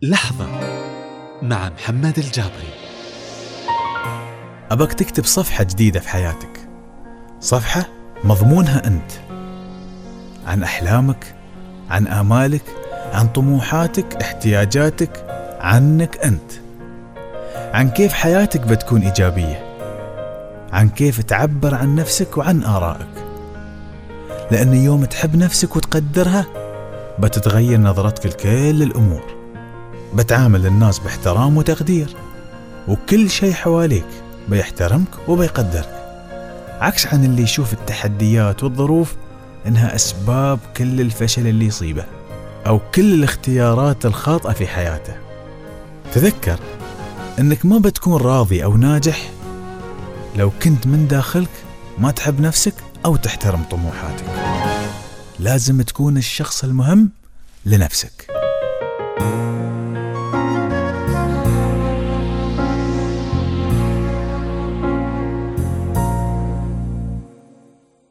لحظة مع محمد الجابري. أباك تكتب صفحة جديدة في حياتك، صفحة مضمونها أنت، عن أحلامك، عن آمالك، عن طموحاتك، احتياجاتك، عنك أنت، عن كيف حياتك بتكون إيجابية، عن كيف تعبر عن نفسك وعن آرائك. لأن يوم تحب نفسك وتقدرها بتتغير نظرتك لكل الأمور، بتعامل الناس باحترام وتقدير، وكل شيء حواليك بيحترمك وبيقدرك، عكس عن اللي يشوف التحديات والظروف إنها أسباب كل الفشل اللي يصيبه أو كل الاختيارات الخاطئة في حياته. تذكر إنك ما بتكون راضي أو ناجح لو كنت من داخلك ما تحب نفسك أو تحترم طموحاتك. لازم تكون الشخص المهم لنفسك.